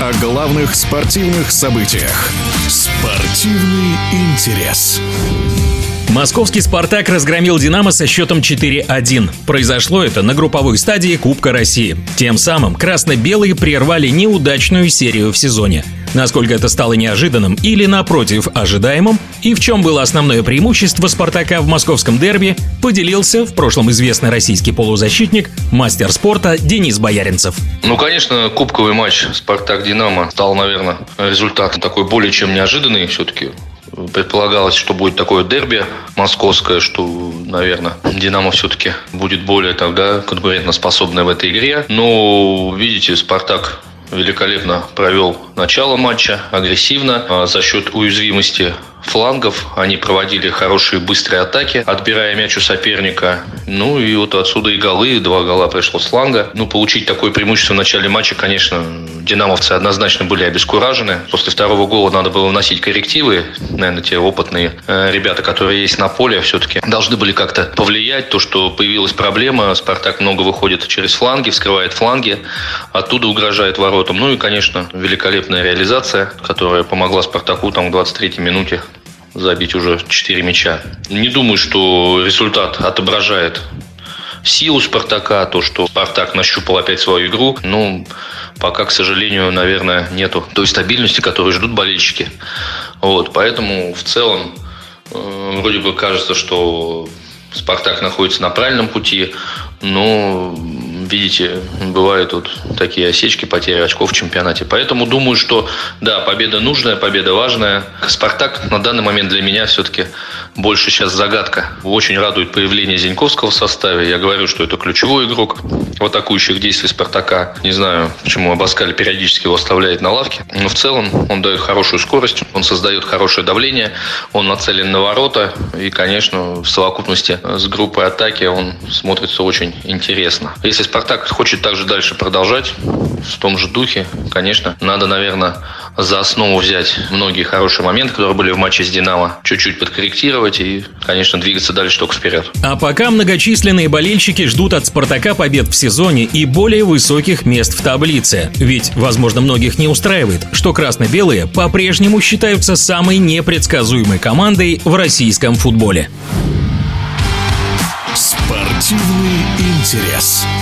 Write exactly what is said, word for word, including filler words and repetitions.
о главных спортивных событиях. Спортивный интерес. Московский «Спартак» разгромил «Динамо» со счетом четыре один. Произошло это на групповой стадии Кубка России. Тем самым красно-белые прервали неудачную серию в сезоне. Насколько это стало неожиданным или, напротив, ожидаемым, и в чем было основное преимущество «Спартака» в московском дерби, поделился в прошлом известный российский полузащитник, мастер спорта Денис Бояринцев. Ну, конечно, кубковый матч «Спартак-Динамо» стал, наверное, результатом такой более чем неожиданный все-таки. Предполагалось, что будет такое дерби московское, что, наверное, «Динамо» все-таки будет более тогда конкурентоспособной в этой игре. Но, видите, «Спартак» великолепно провел начало матча, агрессивно, за счет уязвимости флангов. Они проводили хорошие быстрые атаки, отбирая мяч у соперника. Ну и вот отсюда и голы, два гола пришло с фланга. Ну, получить такое преимущество в начале матча, конечно, динамовцы однозначно были обескуражены. После второго гола надо было вносить коррективы. Наверное, те опытные э, ребята, которые есть на поле, все-таки должны были как-то повлиять. То, что появилась проблема, «Спартак» много выходит через фланги, вскрывает фланги, оттуда угрожает воротам. Ну и, конечно, великолепная реализация, которая помогла «Спартаку» там в двадцать третьей минуте забить уже четыре мяча. Не думаю, что результат отображает силу «Спартака», то, что «Спартак» нащупал опять свою игру. Ну, пока, к сожалению, наверное, нету той стабильности, которую ждут болельщики. Вот, поэтому в целом э, вроде бы кажется, что «Спартак» находится на правильном пути, но, видите, бывают вот такие осечки, потери очков в чемпионате. Поэтому думаю, что, да, победа нужная, победа важная. «Спартак» на данный момент для меня все-таки больше сейчас загадка. Очень радует появление Зиньковского в составе. Я говорю, что это ключевой игрок в атакующих действиях «Спартака». Не знаю, почему Абаскаль периодически его оставляет на лавке. Но в целом он дает хорошую скорость, он создает хорошее давление, он нацелен на ворота. И, конечно, в совокупности с группой атаки он смотрится очень интересно. Если «Спартак» хочет также дальше продолжать в том же духе, конечно, надо, наверное, за основу взять многие хорошие моменты, которые были в матче с «Динамо», чуть-чуть подкорректировать и, конечно, двигаться дальше только вперед. А пока многочисленные болельщики ждут от «Спартака» побед в сезоне и более высоких мест в таблице. Ведь, возможно, многих не устраивает, что красно-белые по-прежнему считаются самой непредсказуемой командой в российском футболе. Спортивный интерес.